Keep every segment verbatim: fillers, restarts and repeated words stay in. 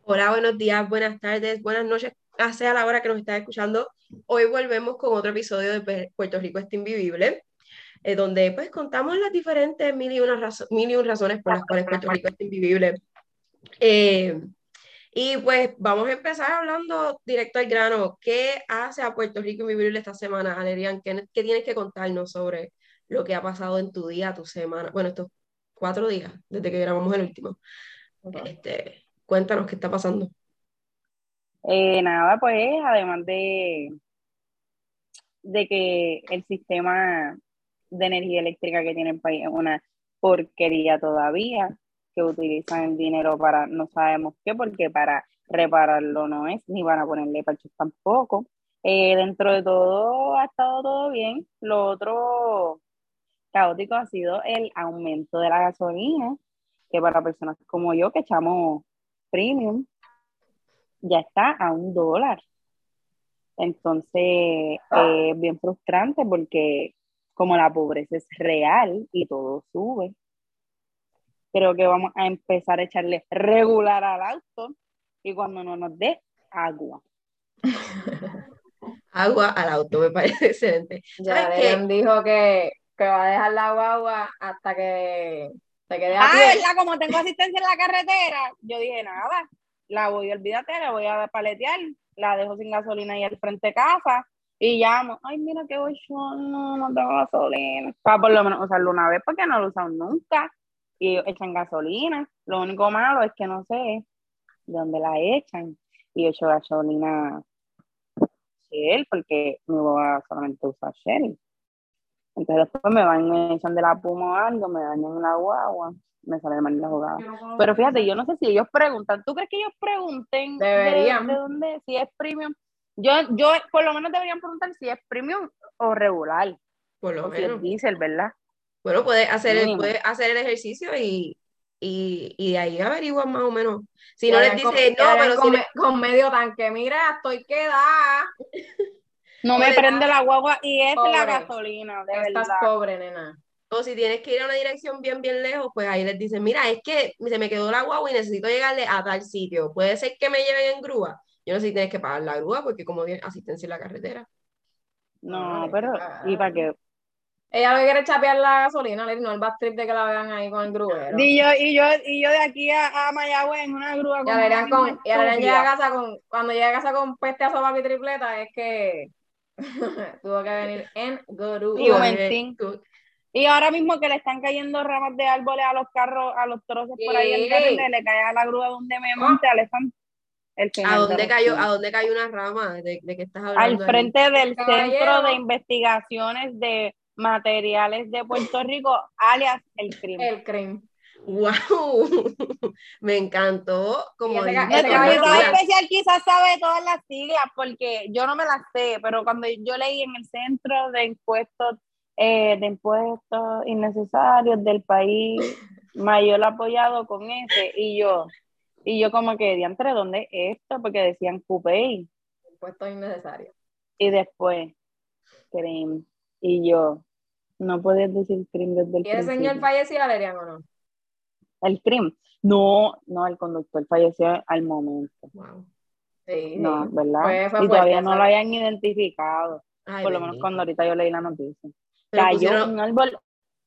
Hola, buenos días, buenas tardes, buenas noches, ah, sea la hora que nos estás escuchando. Hoy volvemos con otro episodio de Pe- Puerto Rico está invivible, eh, donde pues contamos las diferentes mil y, una razo- mil y un razones por las cuales Puerto Rico está invivible. Eh, y pues vamos a empezar hablando directo al grano. ¿Qué hace a Puerto Rico invivible esta semana, Alerian? ¿Qué, qué tienes que contarnos sobre lo que ha pasado en tu día, tu semana? Bueno, estos cuatro días, desde que grabamos el último. Ujú. Este, cuéntanos qué está pasando. Eh, nada, pues, además de, de que el sistema de energía eléctrica que tiene el país es una porquería todavía, que utilizan el dinero para no sabemos qué, porque para repararlo no es, ni van a ponerle parches tampoco. Eh, dentro de todo ha estado todo bien. Lo otro caótico ha sido el aumento de la gasolina, que para personas como yo que echamos premium, ya está a un dólar. Entonces, eh, es bien frustrante porque como la pobreza es real y todo sube, creo que vamos a empezar a echarle regular al auto y cuando no nos dé agua. Agua al auto, me parece excelente. ¿Sabes Ya qué? Derian dijo que, que va a dejar la guagua hasta que se quede a Ah, pie. ¿verdad? Como tengo asistencia en la carretera, yo dije, nada, la voy, olvídate, la voy a paletear, la dejo sin gasolina ahí al frente de casa y llamo, ay, mira qué voy yo, no, no tengo gasolina. Para por lo menos usarlo una vez porque no lo usan nunca y echan gasolina. Lo único malo es que no sé de dónde la echan y echo gasolina Shell porque mi boba solamente usa Shell. Entonces después me van y me echan de la puma o algo, me dañan la guagua, me sale mal la jugada. Pero fíjate, yo no sé si ellos preguntan, ¿tú crees que ellos pregunten de, de Deberían, dónde, si es premium? Yo, yo por lo menos deberían preguntar si es premium o regular, Por lo o si es menos. diésel, ¿verdad? Bueno, puedes hacer el, Mínimo. puedes hacer el ejercicio y, y, y de ahí averiguan más o menos. Si y no les Adrián con, dice y no, Adrián pero si con, les, me- con medio tanque. Mira, estoy quedada. No o, me les- prende la guagua y es la Pobre. gasolina, de Estás verdad. pobre, nena. o si tienes que ir a una dirección bien, bien lejos, pues ahí les dicen, mira, es que se me quedó la guagua y necesito llegarle a tal sitio. Puede ser que me lleven en grúa. Yo no sé si tienes que pagar la grúa porque como tiene asistencia en la carretera. No, no No, tienes que pero, ¿y pagar. para qué? Ella lo que quiere es chapear la gasolina, le no el bad trip de que la vean ahí con el gruero. Y yo, y yo, y yo de aquí a, a Mayagüez en una grúa Y como una Adrián misma con, y Adrián llega a estúpida. casa con, cuando llega a casa con peste a sopa y tripleta, es que tuvo que venir en Y Tuvo grúa. que, Momentín. tuvo- Y ahora mismo que le están cayendo ramas de árboles a los carros, a los troces por ahí al Sí. garete, le cae a la grúa donde me Oh, monte, Alejandro, el ¿A final de dónde los cayó, a tiempos. dónde cayó una rama? ¿De, de qué estás Al hablando ahí? frente el del Centro de caballero, Investigaciones de Materiales de Puerto Rico, alias el C R I M. el cream. ¡Wow! Me encantó, Y como ese, ca- dijiste, ese Nuestro con las caballero invitado tiene, siglas. especial quizás sabe todas las siglas, porque yo no me las sé, pero cuando yo leí en el Centro de Impuestos, eh, de Impuestos Innecesarios del país, mayor apoyado con ese, y yo, y yo como que, diantre, ¿dónde es esto? Porque decían Coupey, puesto innecesario. y después, CRIM, y yo, no puedes decir CRIM desde el ¿Y ese señor principio. falleció, Adrián, o no? El CRIM, no, no, el conductor falleció al momento. Wow. Sí, No, sí. ¿verdad? Fue, fue Y fuerte todavía no eso. lo hayan identificado, Ay, por lo menos cuando bendito. ahorita yo leí la noticia. Pero Cayó pusieron, un árbol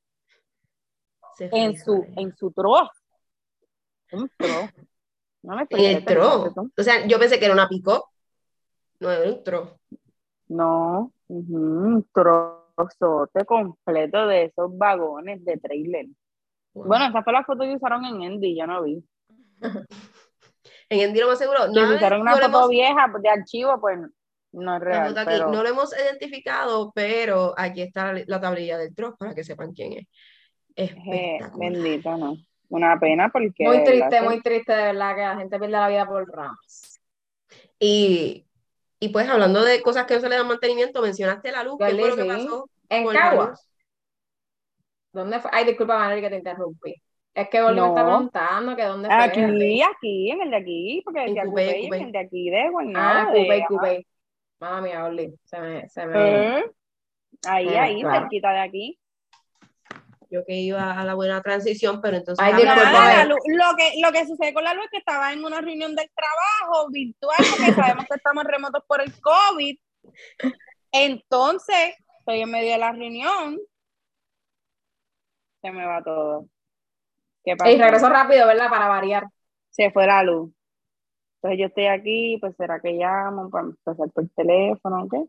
se en frizó su, Aleja. en su trozo, un trozo, no me En prestes el atención tro. tú. O sea, yo pensé que era una picó, no era un tro. No, ujú, un trozote completo de esos vagones de trailer. Wow. Bueno, esa fue la foto que usaron en Endy, yo no vi. En el día lo más seguro, Que si nada de- usaron no una lo foto hemos, vieja de archivo, pues no es la real, foto aquí, no pero lo hemos identificado, pero aquí está la, la tablilla del tro para que sepan quién es. eh, Espectacular. bendito, ¿no? Una pena porque Muy de verdad triste, que muy triste, de verdad, que la gente pierde la vida por ramas. Y, y pues hablando de cosas que no se le dan mantenimiento, mencionaste la luz. ¿Qué fue Gordy, lo que sí. pasó En con la Cagua. luz? ¿Dónde fue? Ay, disculpa, Manuel, que te interrumpí. Es que Gordy me está no. preguntando que dónde fue. Aquí, aquí, en el de aquí, porque En decía Coupé, en Coupey, en Coupé. el de aquí de Ah, Guaynabo, Cupey, de, ajá. Cupey. Mamma mía, Gordy. Se me, se me, Eh, se Ahí, me ahí, mezclaron. cerquita de aquí. yo que iba a la buena transición, pero entonces... Ay, a- disculpa. Nada, la Lu- lo, que, lo que sucede con la luz es que estaba en una reunión del trabajo virtual, porque sabemos que estamos remotos por el COVID. Entonces, estoy en medio de la reunión. Se me va todo. ¿Qué pasó? Y regreso rápido, ¿verdad? Para variar. Se fue la luz. Entonces yo estoy aquí, pues será que llamo para empezar por teléfono, ¿ok?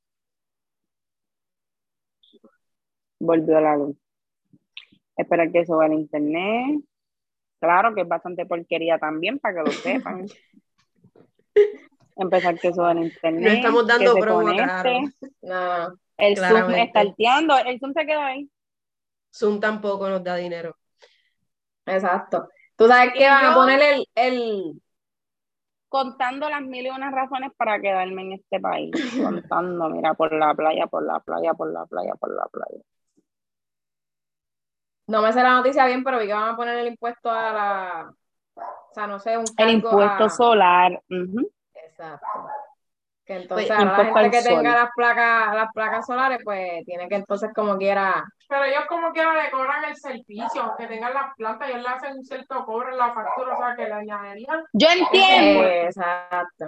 Volvió la luz. Esperar que suba el internet. Claro que es bastante porquería también, para que lo sepan. Empezar que suba el internet. No estamos dando que se promo, conecte. claro. No, El Zoom Claramente. está alteando. El Zoom se quedó ahí. Zoom tampoco nos da dinero. exacto. Tú sabes Y que van a yo- poner el, el, Contando las mil y unas razones para quedarme en este país. Contando, mira, por la playa, por la playa, por la playa, por la playa. no me sé la noticia bien, pero vi que van a poner el impuesto a la, o sea, no sé, un El cargo impuesto a- solar. Ujú. Exacto. Que entonces Pues, ahora la impuesto gente al que sol. tenga las placas, las placas solares, pues tiene que entonces como quiera. Pero ellos como quiera le cobran el servicio, aunque tengan las plantas, ellos le hacen un cierto cobro en la factura, o sea que le añadirían. Yo entiendo. Eh, exacto.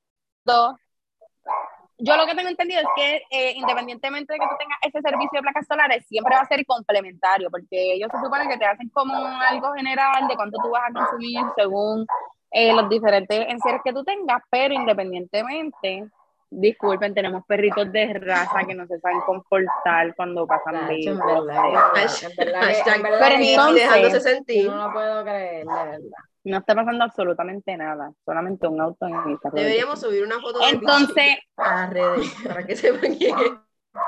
Yo lo que tengo entendido es que eh, independientemente de que tú tengas ese servicio de placas solares, siempre va a ser complementario, porque ellos se supone que te hacen como algo general de cuánto tú vas a consumir según eh, los diferentes enseres que tú tengas, pero independientemente, disculpen, tenemos perritos de raza que no se saben comportar cuando pasan Tacho, en vehículos. verdad, que- en verdad que- Hashtag en verdad Pero que yo- entonces- dejándose yo sentir. no lo puedo creer, de verdad. No está pasando absolutamente nada, solamente un auto en el carro. de Deberíamos subir una foto de Entonces, Pichi a las redes para que sepan quién es.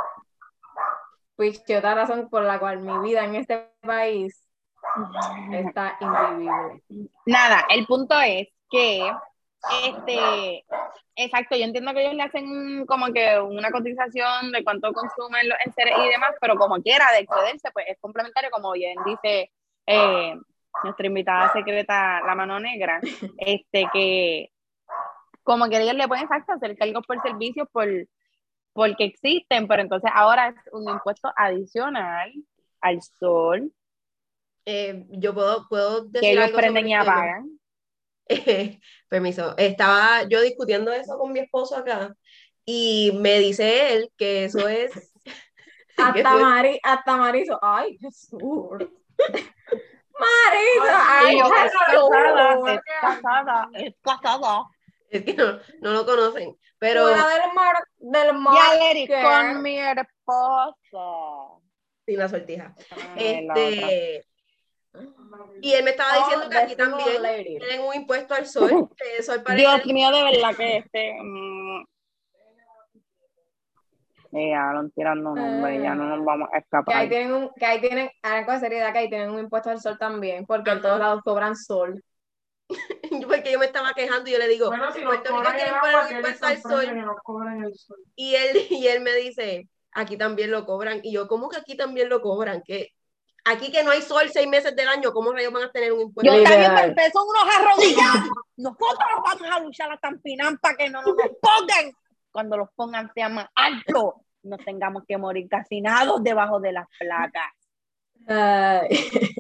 Pues otra razón por la cual mi vida en este país está invivible. nada, el punto es que, este, exacto, yo entiendo que ellos le hacen como que una cotización de cuánto consumen los enseres y demás, pero como quiera de excederse, pues es complementario, como bien dice eh, nuestra invitada secreta, la mano negra, este, que como que ellos le pueden exacto hacer cargos por servicios por, porque existen, pero entonces ahora es un impuesto adicional al sol Eh, yo puedo, puedo decir que ellos algo prenden sobre y el tema. apagan. Eh, permiso, estaba yo discutiendo eso con mi esposo acá y me dice él que eso es... que Hasta, eso es- Mari, hasta Mariso. Ay, Jesús. Mariso, ay, Y yo, es casada, Jesús. es casada, es casada. es que no, no lo conocen, pero Fuera del mar, del mar. Ya le que- con mi esposo. sin la sortija. Ay, la otra. Este, y él me estaba Oh, diciendo que the aquí single también lady. tienen un impuesto al sol, que eso al Dios parecer... mío, de verdad que este. mm, eh, ya no tirando nombres, ya no nos vamos a Que ahí escapar. tienen un, que ahí tienen, ahora con seriedad que ahí tienen un impuesto al sol también, porque en Ajá. todos lados cobran sol. Porque yo me estaba quejando y yo le digo, Bueno, si en nos Puerto Rico cobran el quieren poner agua, un que les impuesto al sorprende sol, que nos cobran el sol. y él, y él me dice, aquí también lo cobran. Y yo, ¿cómo que aquí también lo cobran? Que aquí que no hay sol seis meses del año, ¿cómo rayos van a tener un impuesto? Yo Literal. también, pero ustedes son unos arrodillados. Nosotros vamos a luchar hasta el final para que no nos pongan. Cuando los pongan sean más altos, no tengamos que morir cacinados debajo de las placas. Ay.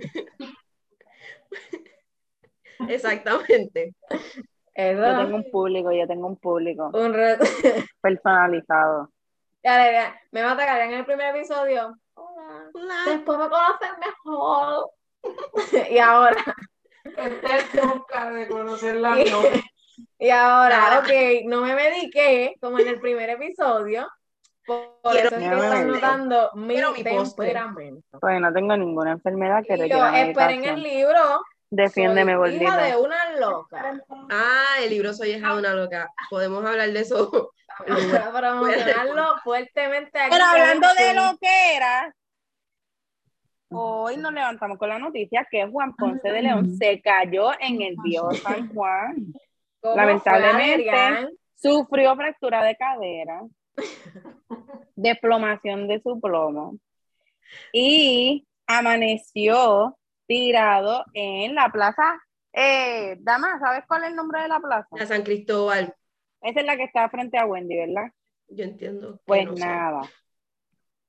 Exactamente. Eso, Yo tengo un público, yo tengo un público un reto. personalizado. Ya, ya, me mata que en el primer episodio. Hola. Hola. Después me conocen mejor. Y ahora, Este nunca de conocerla, y, no. y ahora, Nada. ok, no me mediqué como en el primer episodio. Por, por Quiero eso es mi que están postre. notando mi Quiero mi postre. temperamento. Pues no tengo ninguna enfermedad que Y yo, requiera esperen el medicación. libro. Defiéndeme, Soy hija gordita. de una loca. Ah, el libro Soy hija de una loca. Podemos hablar de eso. Para promocionarlo fuertemente aquí. Pero que hablando de es un- lo que era, hoy nos levantamos con la noticia que Juan Ponce de León se cayó en el viejo San Juan. ¿Cómo Lamentablemente, fue, Adrián? Sufrió fractura de cadera, desplomación de su plomo y amaneció tirado en la plaza. Eh, Dama, ¿sabes cuál es el nombre de la plaza? A San Cristóbal. Esa es la que está frente a Wendy, ¿verdad? Yo entiendo. que Pues no sé. nada.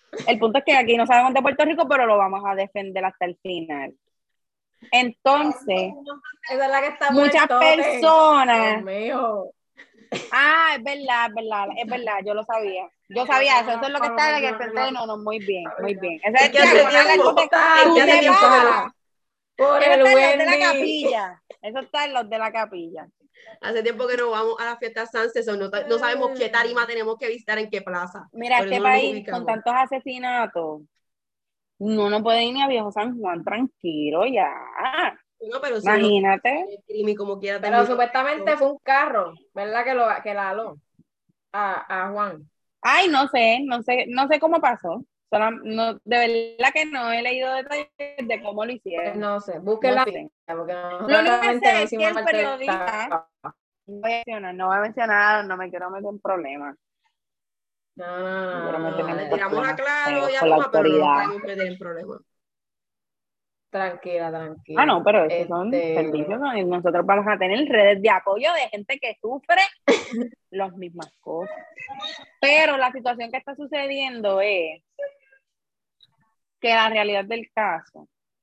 El punto es que aquí no sabemos de Puerto Rico, pero lo vamos a defender hasta el final. Entonces, Esa es la que está por muchas el tote. personas. Dios mío. Ah, es verdad, es verdad, es verdad, yo lo sabía. Yo sabía eso, eso es lo que está en el frente. No, no, muy bien, muy bien. Ese es Es que hace diagonal, tiempo, tú te, es que hace te tiempo que no, paras. Por Eso el está en los de la Wendy. capilla. Eso está en los de la capilla. hace tiempo que no vamos a la fiesta Sunset, so no, no sabemos qué tarima tenemos que visitar en qué plaza. Mira, Por este eso no nos país ubicamos. con tantos asesinatos, no no puede ir ni a Viejo San Juan tranquilo ya. No, pero si Imagínate. uno- el crimen como quiera Pero terminó. supuestamente fue un carro, ¿verdad? Que lo que la aló a, a Juan. Ay, no sé, no sé, no sé cómo pasó. Solo- no, de verdad que no he leído detalles de cómo lo hicieron. No sé, búsquenla. No sé. Porque nosotros Lo único que realmente no sé es hicimos que el parte del periodista, trabajo. no voy a mencionar, no voy a mencionar, no me quiero meter en problemas. No, No quiero no, no, meterme no, Le en tiramos a problemas Claro feos y a con la Luma, pero no nos autoridad. podemos meter en problemas. tranquila, tranquila. Ah, no, pero esos son Este, servicios y nosotros vamos a tener redes de apoyo de gente que sufre las mismas cosas. Pero la situación que está sucediendo es que la realidad del caso,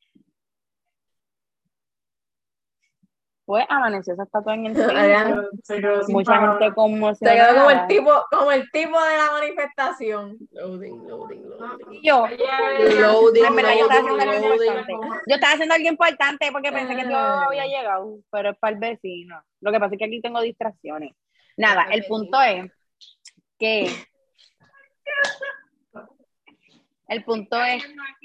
pues amaneció esa estatua en el piso, Adrián, Se quedó sin mucha gente palabras. se quedó como el conmocionada. tipo, como el tipo de la manifestación. Loading, loading, loading. Y yo, Loading, en verdad, yo estaba haciendo algo loading, importante. Yo estaba haciendo algo importante porque pensé que yo Ah. había llegado, pero es para el vecino. Lo que pasa es que aquí tengo distracciones. Nada, Es para el el punto es que el punto es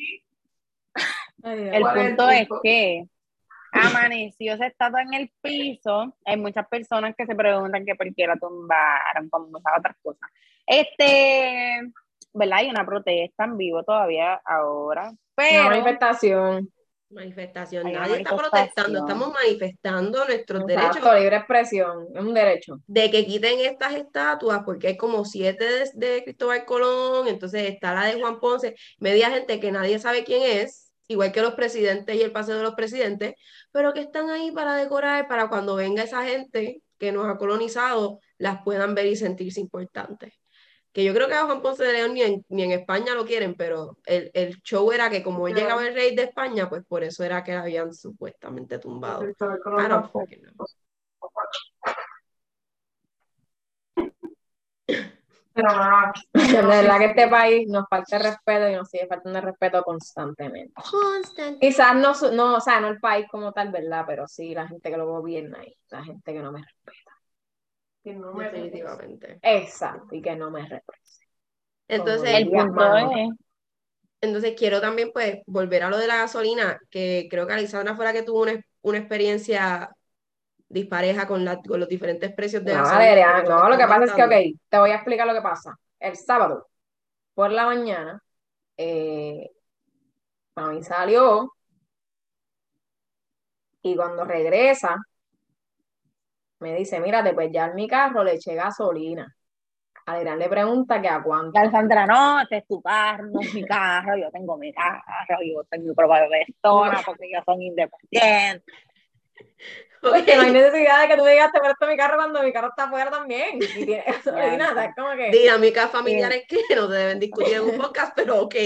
Ay, el Dios. punto es que amaneció esa estatua en el piso. Hay muchas personas que se preguntan que por qué la tumbaron, como muchas otras cosas. Este, ¿verdad? Hay una protesta en vivo todavía ahora, Una pero manifestación. manifestación. hay una Nadie está manifestación. protestando, estamos manifestando nuestros derechos Exacto, libre expresión, es un derecho. de que quiten estas estatuas, porque hay como siete de, de Cristóbal Colón, entonces está la de Juan Ponce, media gente que nadie sabe quién es, igual que los presidentes y el paseo de los presidentes, pero que están ahí para decorar, para cuando venga esa gente que nos ha colonizado, las puedan ver y sentirse importantes. Que yo creo que a Juan Ponce de León ni en, ni en España lo quieren, pero el, el show era que como llegaba el rey de España, pues por eso era que la habían supuestamente tumbado. I don't fucking know. Pero no, De verdad que este país nos falta el respeto y nos sigue faltando el respeto constantemente. Constant. Quizás no, su- no, o sea, no el país como tal, ¿verdad? Pero sí la gente que lo gobierna y la gente que no me respeta. que no me Definitivamente. Exacto, y que no me representa. Entonces, Como el diría punto Manolo. es entonces quiero también pues volver a lo de la gasolina, que creo que Alexandra fue la que tuvo una, una experiencia dispareja con, la, con los diferentes precios de No, gasolina. Valeria, que no, lo que están pasa es que, aumentando. ok, te voy a explicar lo que pasa. El sábado, por la mañana, eh, mami salió y cuando regresa, me dice, mírate, pues ya en mi carro le eché gasolina. Adrián le pregunta que a cuánto. Alessandra, no, este es tu carro, no es mi carro, yo tengo mi carro, yo tengo mi propia persona porque ellos son independientes. Pues que no hay necesidad de que tú digas, te presto mi carro cuando mi carro está afuera también y tiene gasolina, o sea, es como que... Dinámicas familiares que no se deben discutir en un podcast, pero ok.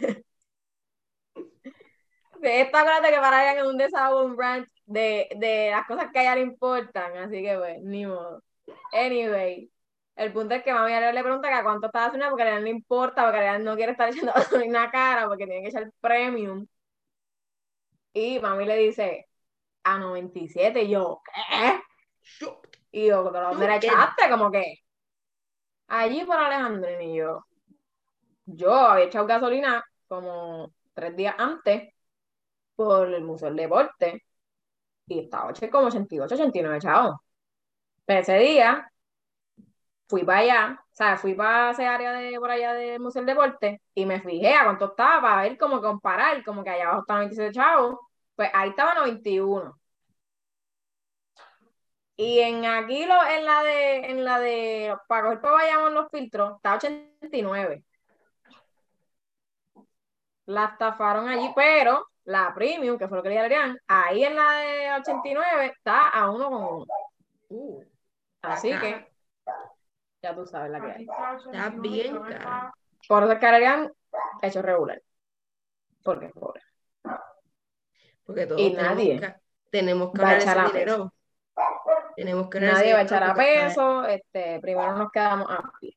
De esta acuérdate que para allá en un desahogo, un ranch de, de las cosas que a ella le importan, así que pues, ni modo. Anyway, el punto es que mami a le pregunta que a cuánto está gasolina porque a ella no le importa, porque a ella no quiere estar echando gasolina cara, porque tiene que echar premium. Y mami le dice, a noventa y siete, y yo, ¿qué? Y yo, ¿de dónde la echaste? Como que, allí por Alejandrín, y yo, yo había echado gasolina como tres días antes por el Museo del Deporte y estaba ocho- como ochenta y ocho, ochenta y nueve chavos. Pero ese día fui para allá, o sea, fui para ese área de por allá del Museo del Deporte y me fijé a cuánto estaba para ver como comparar, como que allá abajo estaban veintisiete chavos, pues ahí estaba noventa y uno. Y en aquí lo, en la de, en la de, para coger para Bayamón los filtros, está ochenta y nueve. La estafaron allí, pero la premium, que fue lo que le harían, ahí en la de ochenta y nueve está a uno con uno. Uh, Así cara. que, ya tú sabes la que hay. Está bien cara. Por eso es que Adrián hecho regular. Porque es pobre. Porque todos Y tenemos nadie que, tenemos que va a ahorrar ese echar a peso. dinero. Tenemos que ahorrar ese Nadie va a dinero echar a porque está, peso. Este, primero nos quedamos a pie.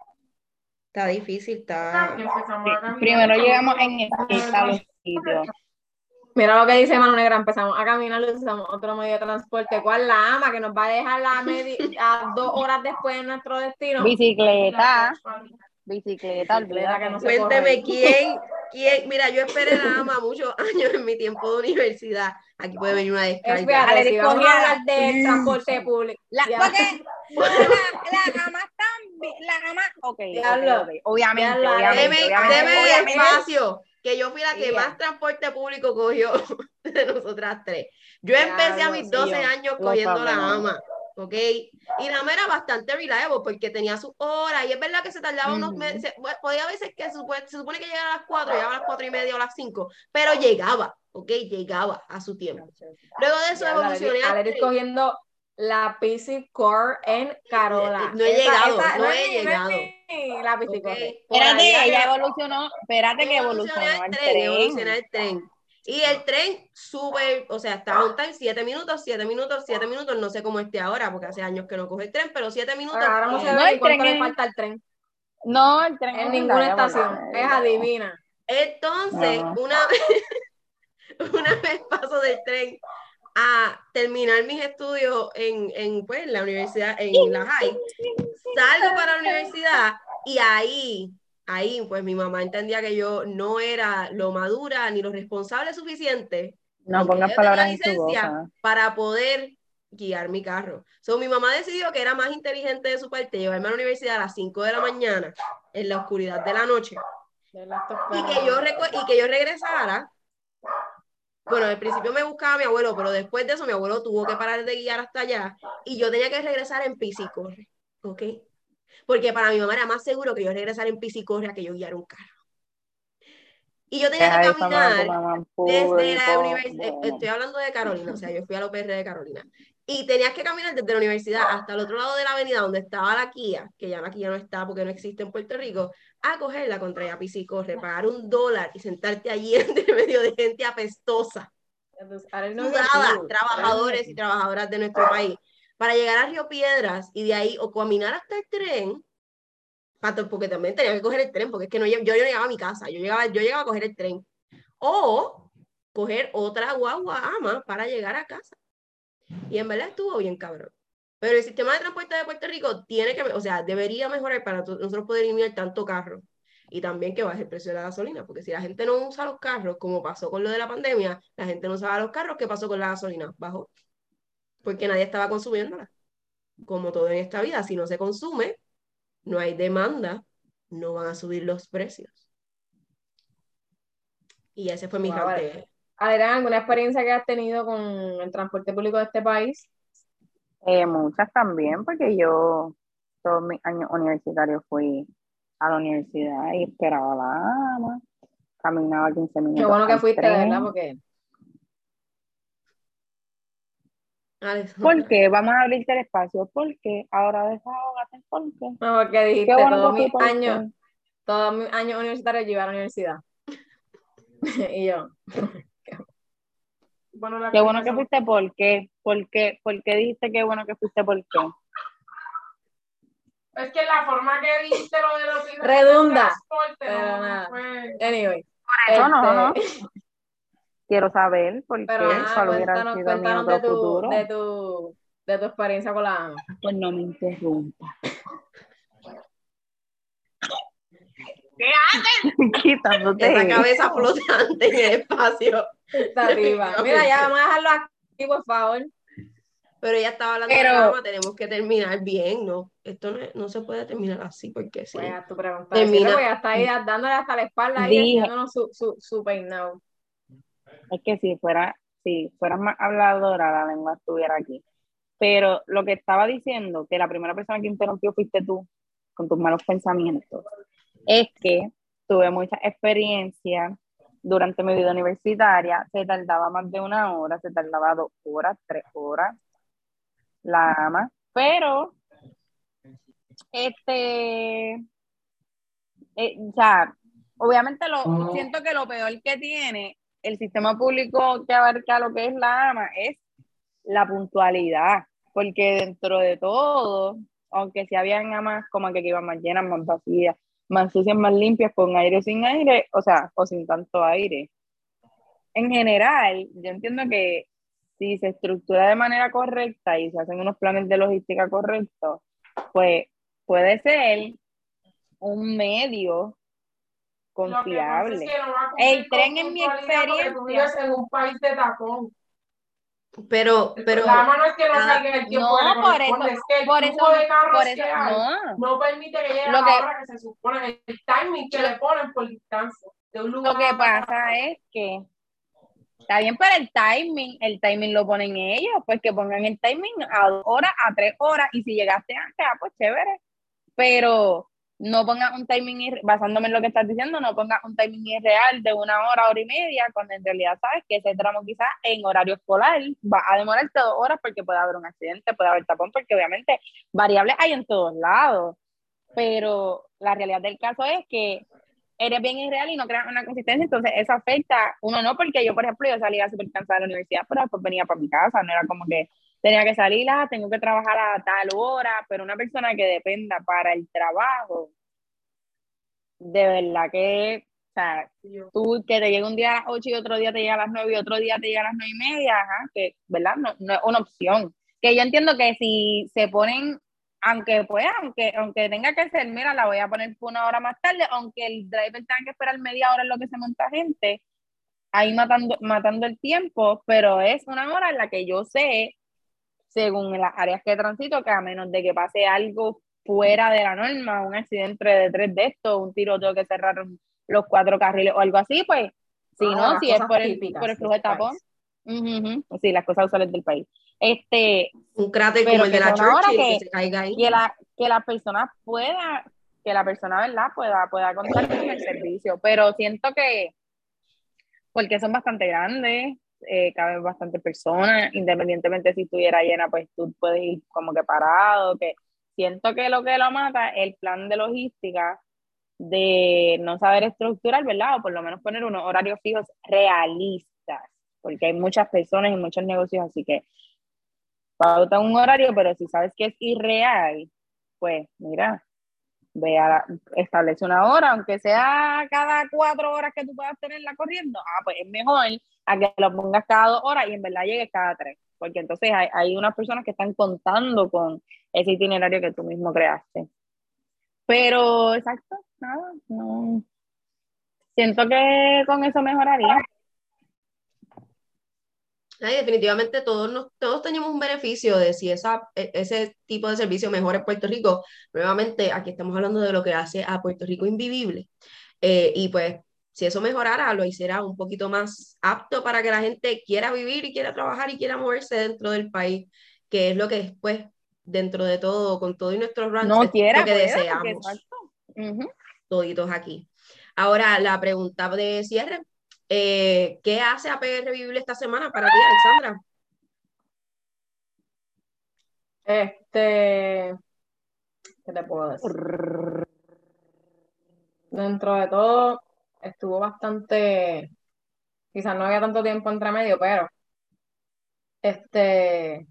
está difícil, está... Y empezamos a caminar, Primero usamos llegamos otro- en skate a los sitios. Mira lo que dice Manu Negra, empezamos a caminar y usamos otro medio de transporte. ¿Cuál la ama? Que nos va a dejar la media, a dos horas después de nuestro destino. Bicicleta, bicicleta, Bicicleta que olvídate. no se corre. Cuénteme quién, quién, mira, yo esperé la ama muchos años en mi tiempo de universidad. Aquí puede venir una Es, descarga. fíjate, Ale, si vamos a cogía hablar la- del transporte público. La, ya. porque no, la, la ama también, la ama, ok, Diablo, ok, ok, obviamente, diablo, Ale. obviamente, Deme, obviamente, deme obviamente. espacio, que yo fui la que Ya. más transporte público cogió de nosotras tres. Yo empecé a Diablo, mis sí, doce yo. años Lo cogiendo la sabemos. ama, ¿ok? Y la ama era bastante reliable porque tenía sus horas y es verdad que se tardaba unos Ujú. meses, bueno, podía veces que se supone, se supone que llegaba a las cuatro, llegaba a las cuatro y media o a las cinco, pero llegaba, ¿ok? Llegaba a su tiempo. Luego de eso Diablo, evolucioné al Aleris tren. cogiendo la P C Core en Carola. No he Esa- llegado, esa- no es he ni- no es llegado. ni la P C Ok. Core. Por Espérate, ahí, ella arriba. evolucionó, espérate que Evolucioné evolucionó al el tren, evolucioné tren. al tren. Y el tren sube, o sea, estaba un time siete minutos, siete minutos, siete minutos, no sé cómo esté ahora, porque hace años que no coge el tren, pero siete minutos. Ahora no se eh, No, ve ni el cuánto tren le es- falta al tren. No, el tren En es ninguna verdad, estación. evolucionó. Es adivina. Entonces, No. una vez, una vez paso del tren a terminar mis estudios en, en, pues, en la universidad, en la high, salgo para la universidad y ahí, ahí, pues mi mamá entendía que yo no era lo madura ni lo responsable suficiente, No aunque pongas yo tengo la palabras en su licencia, boca. para poder guiar mi carro. So, mi mamá decidió que era más inteligente de su parte llevarme a la universidad a las cinco de la mañana, en la oscuridad de la noche, De las dos y que perras. yo, reco- y que yo regresara. Bueno, al principio me buscaba mi abuelo, pero después de eso mi abuelo tuvo que parar de guiar hasta allá y yo tenía que regresar en piscicorre, ¿ok? Porque para mi mamá era más seguro que yo regresara en piscicorre a que yo guiara un carro. Y yo tenía Deja que de difamar a tu caminar mamá en desde la público. universidad, Bueno. estoy hablando de Carolina, o sea, yo fui a la U P R de Carolina, y tenías que caminar desde la universidad hasta el otro lado de la avenida donde estaba la Kia, que ya la Kia no está porque no existe en Puerto Rico, a cogerla contra ella piscicorre, pagar un dólar y sentarte allí entre medio de gente apestosa, Entonces, Alex no vive sudada, aquí. trabajadores y trabajadoras de nuestro país, para llegar a Río Piedras y de ahí o caminar hasta el tren, porque también tenía que coger el tren, porque es que no, yo, yo no llegaba a mi casa, yo llegaba, yo llegaba a coger el tren, o coger otra guagua ama para llegar a casa. Y en verdad estuvo bien cabrón. Pero el sistema de transporte de Puerto Rico tiene que, o sea, debería mejorar para nosotros poder eliminar tanto carro y también que baje el precio de la gasolina, porque si la gente no usa los carros, como pasó con lo de la pandemia, la gente no usaba los carros, ¿qué pasó con la gasolina? Bajó, porque nadie estaba consumiéndola. Como todo en esta vida, si no se consume, no hay demanda, no van a subir los precios. Y ese fue mi Wow, rant vale. de... Adrián, ¿alguna experiencia que has tenido con el transporte público de este país? Eh, muchas también, porque yo todos mis años universitarios fui a la universidad y esperaba a la ama, caminaba quince minutos. Qué bueno que al fuiste, de tren. verdad, porque Alex, ¿Por qué? Vamos a abrirte el espacio. ¿Por qué? Ahora desahógate. ¿Por qué? no, porque dijiste Qué bueno todos que fui mis por años, qué. todos mis años universitarios yo iba a la universidad. Y yo, Bueno, la Qué bueno que explicación- fuiste por qué. ¿Por qué? ¿Por qué dijiste qué bueno que fuiste por qué? Es que la forma que dijiste lo de los hijos Redunda, del transporte, pero no, nada. fue- Anyway. Eso no, este, no. Quiero saber por qué. Pero nada, ¿Cuál hubiera cuéntanos, sido mi cuéntanos otro de tu, futuro? de tu, de tu experiencia con la ama. Pues no me interrumpa. ¿Qué haces? Quitándote. esa cabeza flotante en el espacio. Esta tipa. Mira, ya vamos a dejarlo aquí, por favor. Pero ella estaba hablando Pero- de la ama, tenemos que terminar bien, ¿no? Esto no, no se puede terminar así, porque sí. Pues a tu pregunta. Termina- Porque ya está ahí dándole hasta la espalda ahí, Dije- enseñándonos su, su, su peinado. Es que si fuera, si fueras más habladora, la lengua estuviera aquí. Pero lo que estaba diciendo, que la primera persona que interrumpió fuiste tú, con tus malos pensamientos, es que tuve mucha experiencia durante mi vida universitaria. Se tardaba más de una hora, se tardaba dos horas, tres horas, la ama. Pero, este, eh, ya, obviamente lo, siento que lo peor que tiene el sistema público que abarca lo que es la AMA es la puntualidad, porque dentro de todo, aunque si habían amas como que iban más llenas, más vacías, más sucias, más limpias, con aire o sin aire, o sea, o sin tanto aire. En general, yo entiendo que si se estructura de manera correcta y se hacen unos planes de logística correctos, pues puede ser un medio confiable. Lo que pasa es que no va a cumplir El tren, con en mi puntualidad porque tú vives experiencia, en un país de tapón. Pero, pero, La mano es que no ah, salga en el tiempo no, que le por eso, corresponde, es que el por eso, flujo de carros por eso, que hay no, no permite que llegue a lo la que, hora que se supone, el timing que lo, le ponen por distancia de un lugar lo que a pasa es que está bien, pero el timing, el timing lo ponen ellos, pues que pongan el timing a dos horas, a tres horas, y si llegaste antes, ah, pues chévere, pero no pongas un timing, irre- basándome en lo que estás diciendo, no pongas un timing irreal de una hora, hora y media, cuando en realidad sabes que ese tramo quizás en horario escolar va a demorarte dos horas porque puede haber un accidente, puede haber tapón, porque obviamente variables hay en todos lados, pero la realidad del caso es que eres bien irreal y no creas una consistencia, entonces eso afecta, uno no, porque yo, por ejemplo, yo salía súper cansada de la universidad, pero después venía para mi casa, no era como que tenía que salir, ah, tengo que trabajar a tal hora, pero una persona que dependa para el trabajo, de verdad que, o sea, tú que te llega un día a las ocho y otro día te llega a las nueve y otro día te llega a las nueve y media, ajá, que, ¿verdad? No, no es una opción. Que yo entiendo que si se ponen, aunque pueda, aunque, aunque tenga que ser, mira, la voy a poner una hora más tarde, aunque el driver tenga que esperar media hora en lo que se monta gente, ahí matando, matando el tiempo, pero es una hora en la que yo sé, según las áreas que transito, que a menos de que pase algo fuera de la norma, un accidente de tres de estos, un tiroteo que cerraron los cuatro carriles o algo así, pues, si Ah, no, las si es cosas por el, por típicas el de flujo de este tapón, país. uh -huh, sí, las cosas usuales del país. Este, un cráter como pero el que de la sea una hora Churchill que que, se caiga ahí. que, la, que la persona pueda, que la persona, ¿verdad?, pueda, pueda contar con el servicio, pero siento que, porque son bastante grandes, eh, caben bastantes personas, independientemente si estuviera llena, pues tú puedes ir como que parado, que siento que lo que lo mata es el plan de logística de no saber estructurar, ¿verdad? O por lo menos poner unos horarios fijos realistas, porque hay muchas personas y muchos negocios, así que pauta un horario, pero si sabes que es irreal, pues mira, ve a la, establece una hora, aunque sea cada cuatro horas que tú puedas tenerla corriendo, ah, pues es mejor a que lo pongas cada dos horas y en verdad llegues cada tres, porque entonces hay, hay unas personas que están contando con ese itinerario que tú mismo creaste. Pero, exacto, nada, no. Siento que con eso mejoraría. Ay, definitivamente todos, nos, todos tenemos un beneficio de si esa, e- ese tipo de servicio mejora en Puerto Rico. Nuevamente, aquí estamos hablando de lo que hace a Puerto Rico invivible. Eh, y pues, si eso mejorara, lo hiciera un poquito más apto para que la gente quiera vivir y quiera trabajar y quiera moverse dentro del país, que es lo que después, dentro de todo, con todo y nuestros rants, No es lo quiera, que pueda, porque deseamos exacto. Uh-huh. toditos aquí. Ahora, la pregunta de cierre. Eh, ¿qué hace A P R Vivible esta semana para ti, Alexandra? Este, ¿qué te puedo decir? Dentro de todo, estuvo bastante, quizás no había tanto tiempo entre medio, pero este,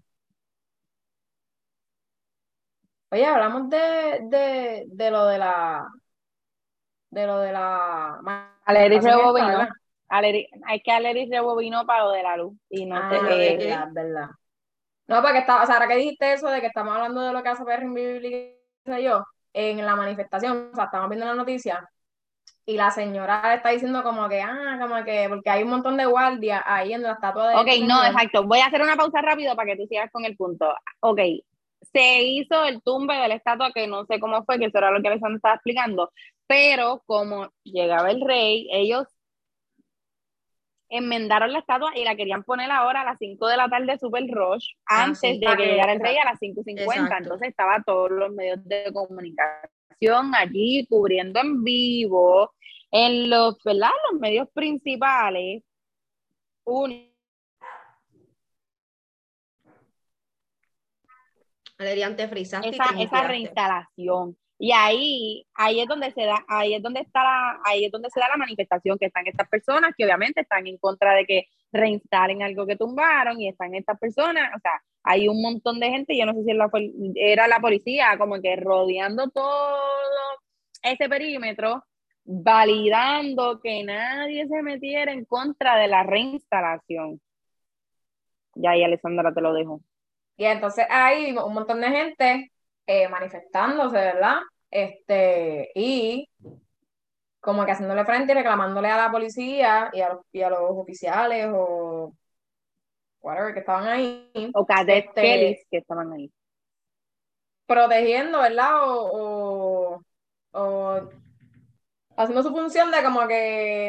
oye, hablamos de, de, de lo de la, de lo de la Aleris manifestación esta, rebobinó. ¿verdad? Aleri, hay que Aleris rebobinó para lo de la luz. Y no Ah, te. ¿De Eh, qué? verdad, verdad. No, porque está, o sea, ahora que dijiste eso de que estamos hablando de lo que hace P R Invisible y qué sé yo, en la manifestación, o sea, estamos viendo la noticia y la señora le está diciendo como que, ah, como que, porque hay un montón de guardias ahí en la estatua de ok, este no, señor. exacto. Voy a hacer una pausa rápido para que tú sigas con el punto. Ok, se hizo el tumbe de la estatua, que no sé cómo fue, que eso era lo que Alexandra estaba explicando, pero como llegaba el rey, ellos enmendaron la estatua y la querían poner ahora a las cinco de la tarde super rush, Ah, antes sí, de Para que que, llegara el rey a exacto. las cinco cincuenta. exacto. Entonces estaba todos los medios de comunicación allí cubriendo en vivo, en los, ¿verdad? Los medios principales. Un... Valeria, te frisaste y esa, te esa muteaste. reinstalación. Y ahí, ahí es donde se da, ahí es donde está la, ahí es donde se da la manifestación, que están estas personas que obviamente están en contra de que reinstalen algo que tumbaron, y están estas personas, o sea, hay un montón de gente, yo no sé si era, era la policía, como que rodeando todo ese perímetro, validando que nadie se metiera en contra de la reinstalación. Ya ahí, Alessandra, te lo dejo. Y entonces ahí vimos un montón de gente eh, manifestándose, ¿verdad? Este, y como que haciéndole frente y reclamándole a la policía y a los, y a los oficiales o whatever que estaban ahí, O cadets este, Kellys que estaban ahí. protegiendo, ¿verdad? O, o, o haciendo su función de como que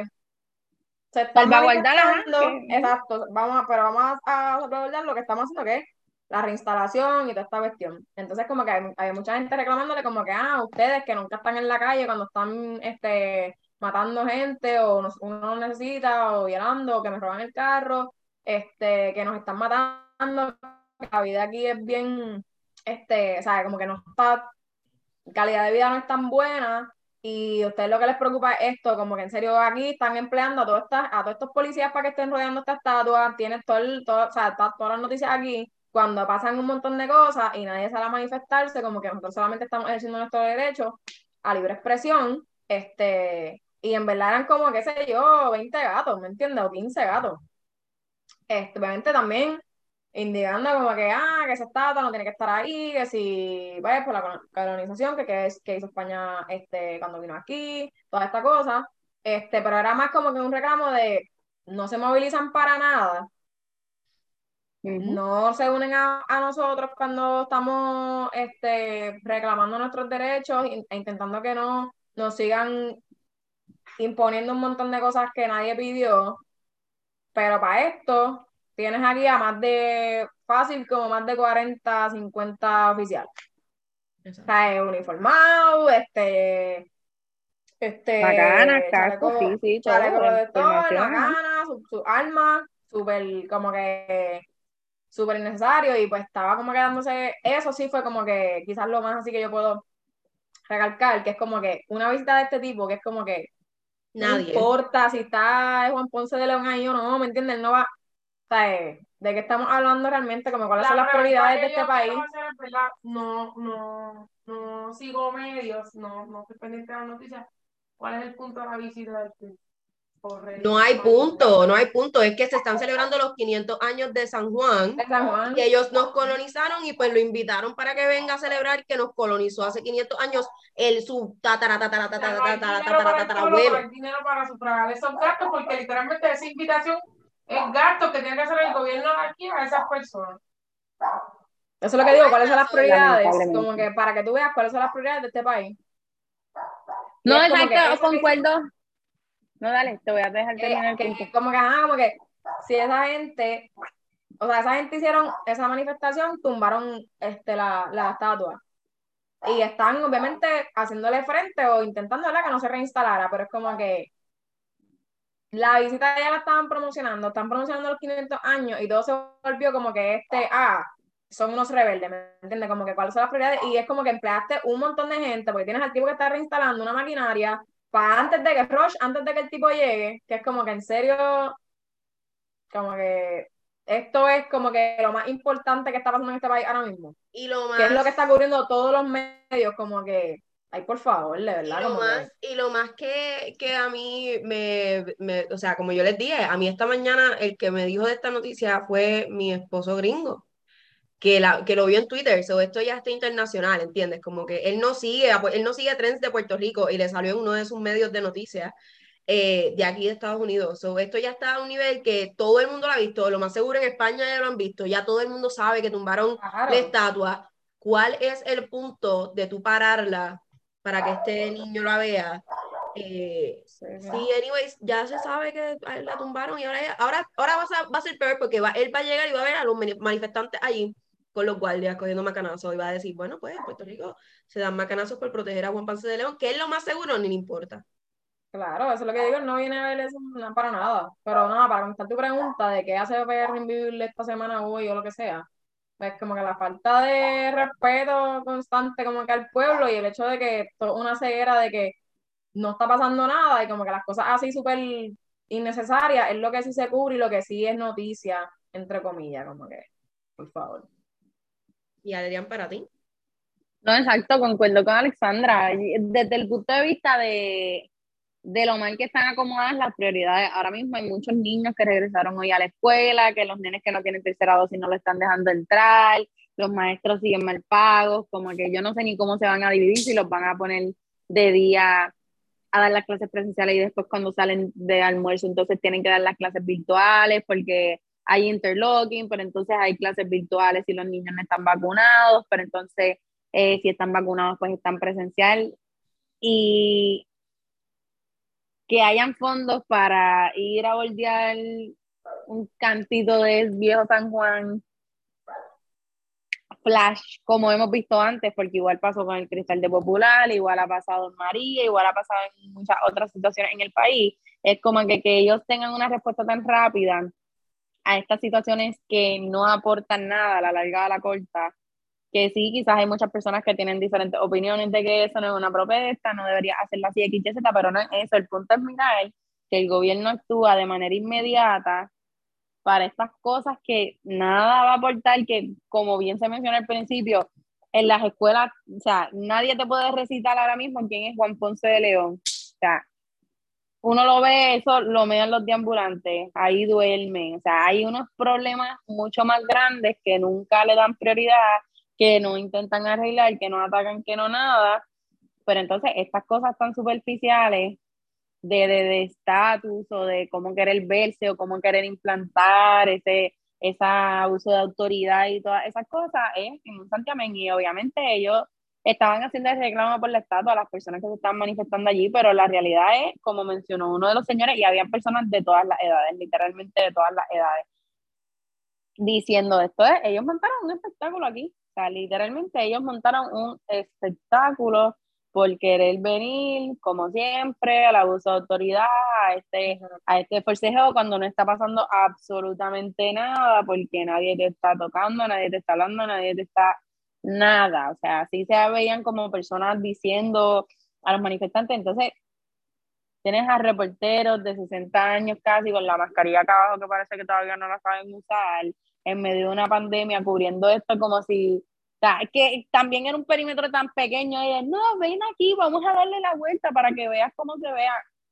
se están Salvaguardar, ajá, manifestando, que, exacto, vamos a, pero vamos a, a salvaguardar lo que estamos haciendo, que es la reinstalación y toda esta cuestión. Entonces, como que hay, hay mucha gente reclamándole como que, ah, ustedes que nunca están en la calle cuando están este, matando gente o nos, uno no necesita o violando o que me roban el carro, este, que nos están matando, que la vida aquí es bien, este, o sea, como que no está, calidad de vida no es tan buena y a ustedes lo que les preocupa es esto, como que en serio aquí están empleando a todas estas, a todos estos policías para que estén rodeando esta estatua, tienes todo el, todo, o sea, está todas las noticias aquí, cuando pasan un montón de cosas y nadie sale a manifestarse, como que nosotros solamente estamos ejerciendo nuestro derecho a libre expresión, este, y en verdad eran como, qué sé yo, veinte gatos, ¿me entiendes? O quince gatos. Este, obviamente también indicando como que, ah, que esa estatua no tiene que estar ahí, que si, pues, por la colonización que, que, es, que hizo España este, cuando vino aquí, toda esta cosa, este, pero era más como que un reclamo de no se movilizan para nada, uh-huh. no se unen a, a nosotros cuando estamos este, reclamando nuestros derechos e intentando que no nos sigan imponiendo un montón de cosas que nadie pidió, pero para esto tienes aquí a más de, fácil, como más de cuarenta cincuenta oficiales. Exacto. O sea, uniformado, este, Macanas, este, cascos, chaleco, sí, sí, todo, chaleco la protector, información, ajá. macana, su, su arma, súper, como que, súper innecesario, y pues estaba como quedándose, eso sí fue como que quizás lo más así que yo puedo recalcar, que es como que una visita de este tipo, que es como que no Nadie. importa si está Juan Ponce de León ahí o no, ¿me entiendes? No va, o sea, ¿de qué estamos hablando realmente? Como cuáles La son las pregunta prioridades que de este yo país. quiero hacer es, ¿verdad? No, no, no sigo medios, no, no estoy pendiente de las noticias. ¿Cuál es el punto de la visita del club? No hay punto, no hay punto. Es que se están celebrando los quinientos años de San Juan De San Juan. y ellos nos colonizaron y pues lo invitaron para que venga a celebrar que nos colonizó hace quinientos años el su tatara tatara tatara tatara tatara tatara abuelo. No hay dinero para sufragar esos gastos porque literalmente esa invitación es gasto que tiene que hacer el gobierno de aquí a esas personas. Eso es lo que digo, ¿cuáles son las prioridades? Lamentablemente. Como que para que tú veas cuáles son las prioridades de este país. Y No, es como exacto, que eso que- concuerdo. No, dale, te voy a dejar que, terminar el que- punto. como que, ajá, como que si esa gente, o sea, esa gente hicieron esa manifestación, tumbaron este, la, la estatua. Y están obviamente haciéndole frente o intentando, ¿verdad?, que no se reinstalara, pero es como que la visita ya la estaban promocionando, están promocionando los quinientos años y todo se volvió como que este, ah, son unos rebeldes, ¿me entiendes? Como que cuáles son las prioridades y es como que empleaste un montón de gente porque tienes al tipo que está reinstalando una maquinaria para antes de que Rush, antes de que el tipo llegue, que es como que en serio, como que esto es como que lo más importante que está pasando en este país ahora mismo. Y lo más, que es lo que está cubriendo todos los medios, como que, ay, por favor, de verdad, y lo como más, que... y lo más que, que a mí me, me, o sea, como yo les dije, a mí esta mañana el que me dijo de esta noticia fue mi esposo gringo, que, la, que lo vio en Twitter, so esto ya está internacional, ¿entiendes? Como que él no sigue, él no sigue trends de Puerto Rico y le salió en uno de sus medios de noticias eh, de aquí de Estados Unidos. So, esto ya está a un nivel que todo el mundo lo ha visto, lo más seguro en España ya lo han visto, ya todo el mundo sabe que tumbaron Claro. la estatua. ¿Cuál es el punto de tú pararla para que este niño la vea? Eh, Sí, sí. sí, anyways, ya se sabe que la tumbaron y ahora, ahora, ahora va, a, va a ser peor porque va, él va a llegar y va a ver a los manifestantes allí con los guardias cogiendo macanazos y va a decir, bueno, pues en Puerto Rico se dan macanazos por proteger a Juan Ponce de León, que es lo más seguro, ni le importa. Claro, eso es lo que digo, no viene a ver eso no, para nada. Pero nada, para contestar tu pregunta de qué hace ver Invisible esta semana hoy o lo que sea, pues como que la falta de respeto constante como que al pueblo y el hecho de que esto es una ceguera de que no está pasando nada y como que las cosas así súper innecesarias es lo que sí se cubre y lo que sí es noticia, entre comillas, como que, por favor. Y Adrián, para ti. No, exacto, concuerdo con Alexandra. Y Desde el punto de vista de, de lo mal que están acomodadas las prioridades, ahora mismo hay muchos niños que regresaron hoy a la escuela, que los nenes que no tienen tercera dosis no lo están dejando entrar, los maestros siguen mal pagos, como que yo no sé ni cómo se van a dividir, si los van a poner de día a dar las clases presenciales y después cuando salen de almuerzo entonces tienen que dar las clases virtuales porque hay interlocking, pero entonces hay clases virtuales si los niños no están vacunados, pero entonces eh, si están vacunados pues están presencial y que hayan fondos para ir a bordear un cantito de viejo San Juan flash, como hemos visto antes, porque igual pasó con el Cristal de Popular, igual ha pasado en María, igual ha pasado en muchas otras situaciones en el país. Es como que, que ellos tengan una respuesta tan rápida a estas situaciones que no aportan nada a la larga a la corta, que sí, quizás hay muchas personas que tienen diferentes opiniones de que eso no es una protesta, no debería hacerlo así, X, Y, Z, pero no es eso. El punto es mirar que el gobierno actúa de manera inmediata para estas cosas que nada va a aportar, que como bien se mencionó al principio, en las escuelas, o sea, nadie te puede recitar ahora mismo quién es Juan Ponce de León. O sea, uno lo ve, eso lo median los deambulantes, ahí duermen. O sea, hay unos problemas mucho más grandes que nunca le dan prioridad, que no intentan arreglar, que no atacan, que no nada. Pero entonces estas cosas tan superficiales de de estatus o de cómo querer verse o cómo querer implantar ese, ese uso de autoridad y todas esas cosas es en un santiamén y obviamente ellos estaban haciendo el reclamo por la estatua a las personas que se estaban manifestando allí, pero la realidad es, como mencionó uno de los señores, y había personas de todas las edades, literalmente de todas las edades, diciendo esto, es, ellos montaron un espectáculo aquí, o sea, literalmente ellos montaron un espectáculo por querer venir, como siempre, al abuso de autoridad, a este, a este forcejeo cuando no está pasando absolutamente nada, porque nadie te está tocando, nadie te está hablando, nadie te está nada, o sea, así se veían como personas diciendo a los manifestantes, entonces tienes a reporteros de sesenta años casi con la mascarilla acá abajo que parece que todavía no la saben usar, en medio de una pandemia, cubriendo esto como si, o sea, que también era un perímetro tan pequeño, y es, no, ven aquí, vamos a darle la vuelta para que veas cómo se vea.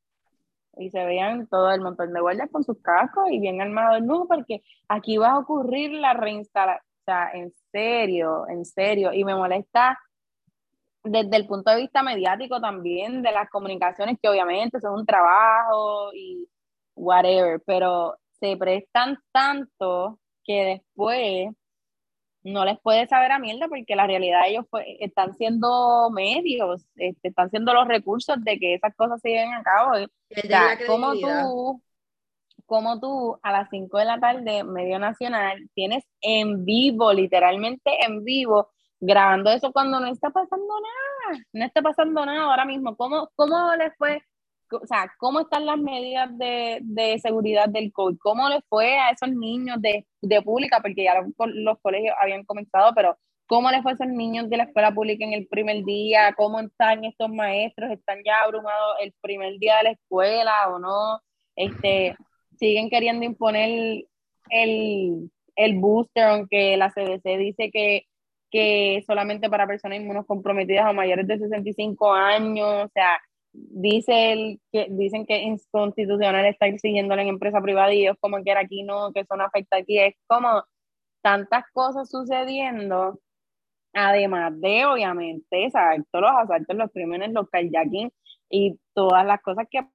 Y se veían todo el montón de guardias con sus cascos y bien armados, no, porque aquí va a ocurrir la reinstalación, o sea, en serio, en serio, y me molesta desde el punto de vista mediático también, de las comunicaciones, que obviamente son un trabajo y whatever, pero se prestan tanto que después no les puede saber a mierda porque la realidad ellos fue, están siendo medios, este, están siendo los recursos de que esas cosas se lleven a cabo. O Que den la sea, como credibilidad. tú, como tú a las cinco de la tarde, medio nacional, tienes en vivo, literalmente en vivo, grabando eso cuando no está pasando nada, no está pasando nada ahora mismo. ¿Cómo, cómo les fue? O sea, ¿cómo están las medidas de, de seguridad del COVID? ¿Cómo les fue a esos niños de, de pública? Porque ya los, los colegios habían comenzado, pero ¿cómo les fue a esos niños de la escuela pública en el primer día? ¿Cómo están estos maestros? ¿Están ya abrumados el primer día de la escuela o no? Este, siguen queriendo imponer el, el booster, aunque la C D C dice que, que solamente para personas inmunocomprometidas o mayores de sesenta y cinco años, o sea, dice el, que, dicen que es inconstitucional estar exigiéndolo en empresa privada y ellos como que era aquí no, que eso no afecta aquí, es como tantas cosas sucediendo, además de obviamente, exacto, los asaltos, los crímenes, los carjacking y todas las cosas que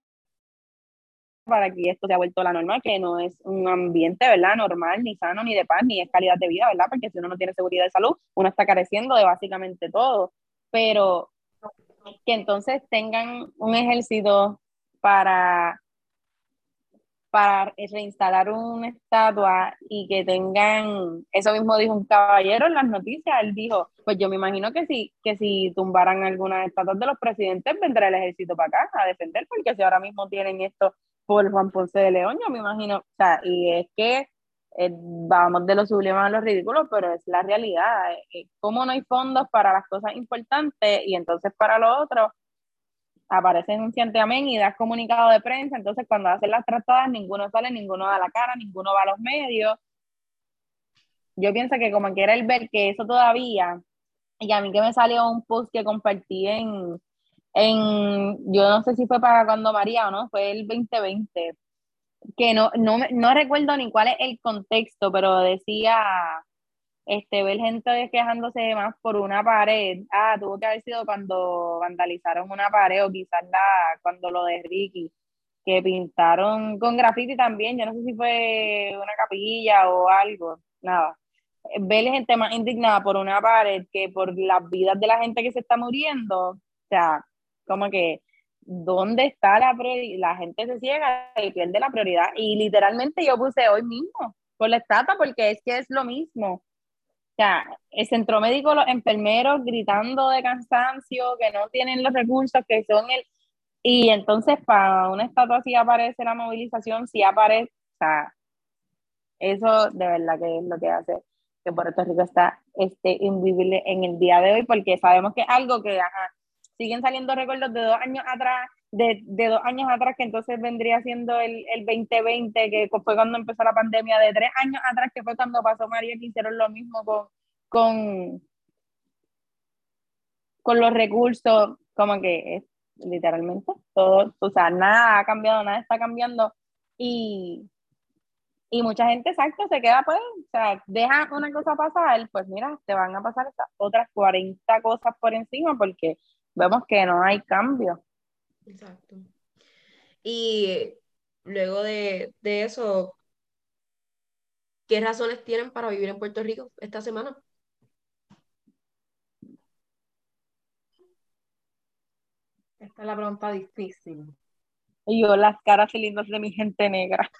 para que esto se ha vuelto la norma, que no es un ambiente, ¿verdad? Normal, ni sano, ni de paz, ni es calidad de vida, ¿verdad? Porque si uno no tiene seguridad de salud, uno está careciendo de básicamente todo. Pero que entonces tengan un ejército para, para reinstalar una estatua y que tengan, eso mismo dijo un caballero en las noticias, él dijo, pues yo me imagino que si, que si tumbaran algunas estatuas de los presidentes, vendrá el ejército para acá a defender, porque si ahora mismo tienen esto por Juan Ponce de León, yo me imagino, o sea, y es que eh, vamos de lo sublime a lo ridículo, pero es la realidad. Eh, como no hay fondos para las cosas importantes y entonces para lo otro aparece en un santiamén y das comunicado de prensa, entonces cuando hacen las tratadas ninguno sale, ninguno da la cara, ninguno va a los medios. Yo pienso que como quiera el ver que eso todavía, y a mí que me salió un post que compartí en, en yo no sé si fue para cuando María o no, fue el veinte veinte, que no, no, no recuerdo ni cuál es el contexto, pero decía, este, ver gente quejándose más por una pared. Ah, tuvo que haber sido cuando vandalizaron una pared o quizás la, cuando lo de Ricky, que pintaron con graffiti también, yo no sé si fue una capilla o algo, nada. Ver gente más indignada por una pared que por las vidas de la gente que se está muriendo, o sea, como que, ¿dónde está la prioridad? La gente se ciega y pierde la prioridad. Y literalmente yo puse hoy mismo por la estatua porque es que es lo mismo. O sea, el centro médico, los enfermeros gritando de cansancio, que no tienen los recursos, que son el... Y entonces para una estatua sí aparece la movilización, sí aparece, o sea, eso de verdad que es lo que hace que Puerto Rico está este, invivible en el día de hoy, porque sabemos que es algo que, ajá, siguen saliendo recuerdos de dos años atrás, de, de dos años atrás, que entonces vendría siendo el, el veinte veinte, que fue cuando empezó la pandemia, de tres años atrás, que fue cuando pasó María, que hicieron lo mismo con, con, con los recursos, como que es literalmente todo, o sea, nada ha cambiado, nada está cambiando, y Y mucha gente, exacto, se queda, pues, o sea, deja una cosa pasar, pues mira, te van a pasar estas otras cuarenta cosas por encima porque vemos que no hay cambio. Exacto. Y luego de, de eso, ¿qué razones tienen para vivir en Puerto Rico esta semana? Esta es la pregunta difícil. Y yo, las caras lindas de mi gente negra.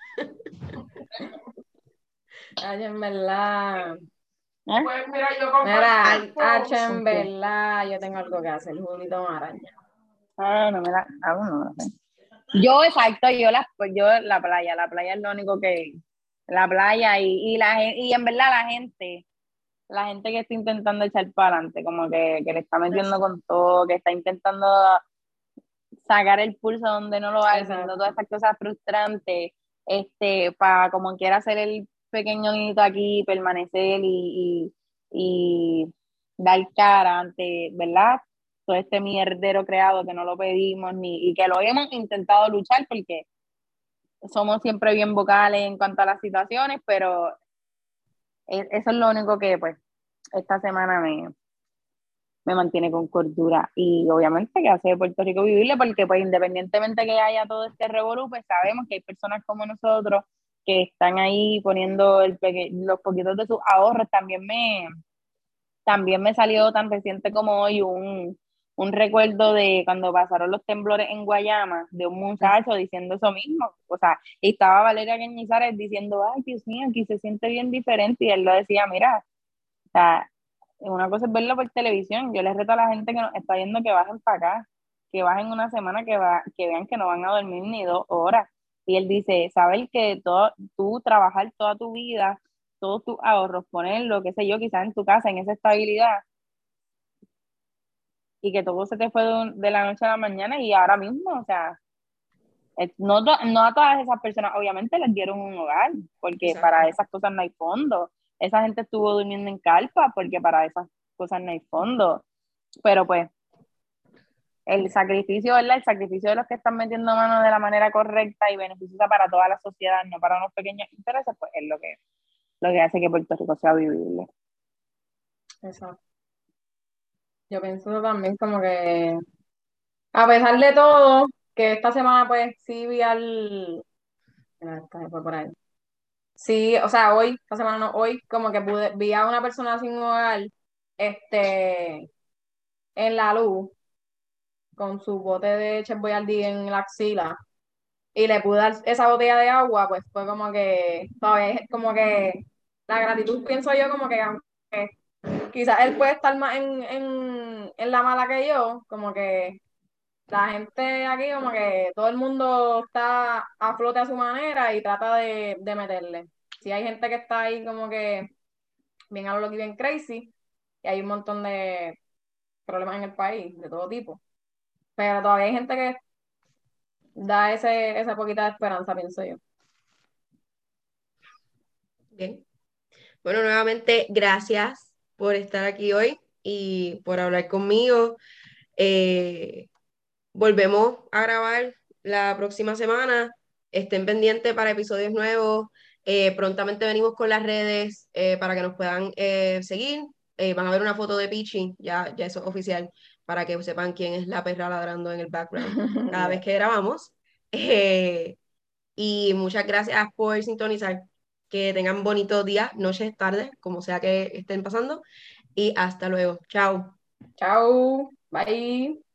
Ay, en verdad. ¿Eh? Pues mira, yo comparto Mira, el H, post. en verdad, yo tengo algo que hacer, Julito Maraña. Ah, no me la, ah, no, no sé. Yo, exacto, yo la, pues yo la playa, la playa es lo único que, la playa y, y la gen- y en verdad la gente, la gente que está intentando echar para adelante, como que, que le está metiendo con todo, que está intentando sacar el pulso donde no lo hay, viendo Exacto. todas estas cosas frustrantes, este, para como quiera hacer el pequeño niñito aquí, permanecer y, y, y dar cara ante, ¿verdad? Todo este mierdero creado que no lo pedimos ni, y que lo hemos intentado luchar porque somos siempre bien vocales en cuanto a las situaciones, pero e- eso es lo único que pues esta semana me, me mantiene con cordura y obviamente que hace de Puerto Rico vivible porque pues independientemente que haya todo este revolú, pues sabemos que hay personas como nosotros que están ahí poniendo el peque- los poquitos de sus ahorros. También me, también me salió tan reciente como hoy un, un recuerdo de cuando pasaron los temblores en Guayama, de un muchacho diciendo eso mismo, o sea, y estaba Valeria Cañizares diciendo, ay, Dios mío, aquí se siente bien diferente, y él lo decía, mira, o sea, una cosa es verlo por televisión. Yo les reto a la gente que nos está viendo que bajen para acá, que bajen una semana, que, va, que vean que no van a dormir ni dos horas. Y él dice, saber que todo, tú trabajar toda tu vida, todos tus ahorros, poner lo que sé yo, quizás en tu casa, en esa estabilidad, y que todo se te fue de, un- de la noche a la mañana y ahora mismo, o sea, es- no, to- no a todas esas personas obviamente les dieron un hogar, porque Exacto. para esas cosas no hay fondo. Esa gente estuvo durmiendo en carpa porque para esas cosas no hay fondo. Pero pues el sacrificio, ¿verdad? El sacrificio de los que están metiendo mano de la manera correcta y beneficiosa para toda la sociedad, no para unos pequeños intereses, pues es lo que, lo que hace que Puerto Rico sea vivible. Exacto. Yo pienso también como que, a pesar de todo, que esta semana pues sí vi al... Mira, esta se fue por ahí. Sí, o sea, hoy, esta semana no, hoy como que pude, vi a una persona sin hogar, este, en la luz, con su bote de Chef Boyardee en la axila, y le pude dar esa botella de agua, pues fue como que, todavía es como que la gratitud, pienso yo, como que aunque quizás él puede estar más en, en, en la mala que yo, como que la gente aquí, como que todo el mundo está a flote a su manera y trata de, de meterle. sí hay gente que está ahí como que bien a lo loco y bien crazy, y hay un montón de problemas en el país, de todo tipo. Pero todavía hay gente que da ese, esa poquita de esperanza, pienso yo. Bien. Bueno, nuevamente, gracias por estar aquí hoy y por hablar conmigo. Eh, volvemos a grabar la próxima semana. Estén pendientes para episodios nuevos. Eh, prontamente venimos con las redes eh, para que nos puedan eh, seguir. Eh, van a ver una foto de Pichi, ya, ya eso es oficial, para que sepan quién es la perra ladrando en el background cada vez que grabamos. Eh, y muchas gracias por sintonizar. Que tengan bonitos días, noches, tardes, como sea que estén pasando. Y hasta luego. Chao. Chao, bye.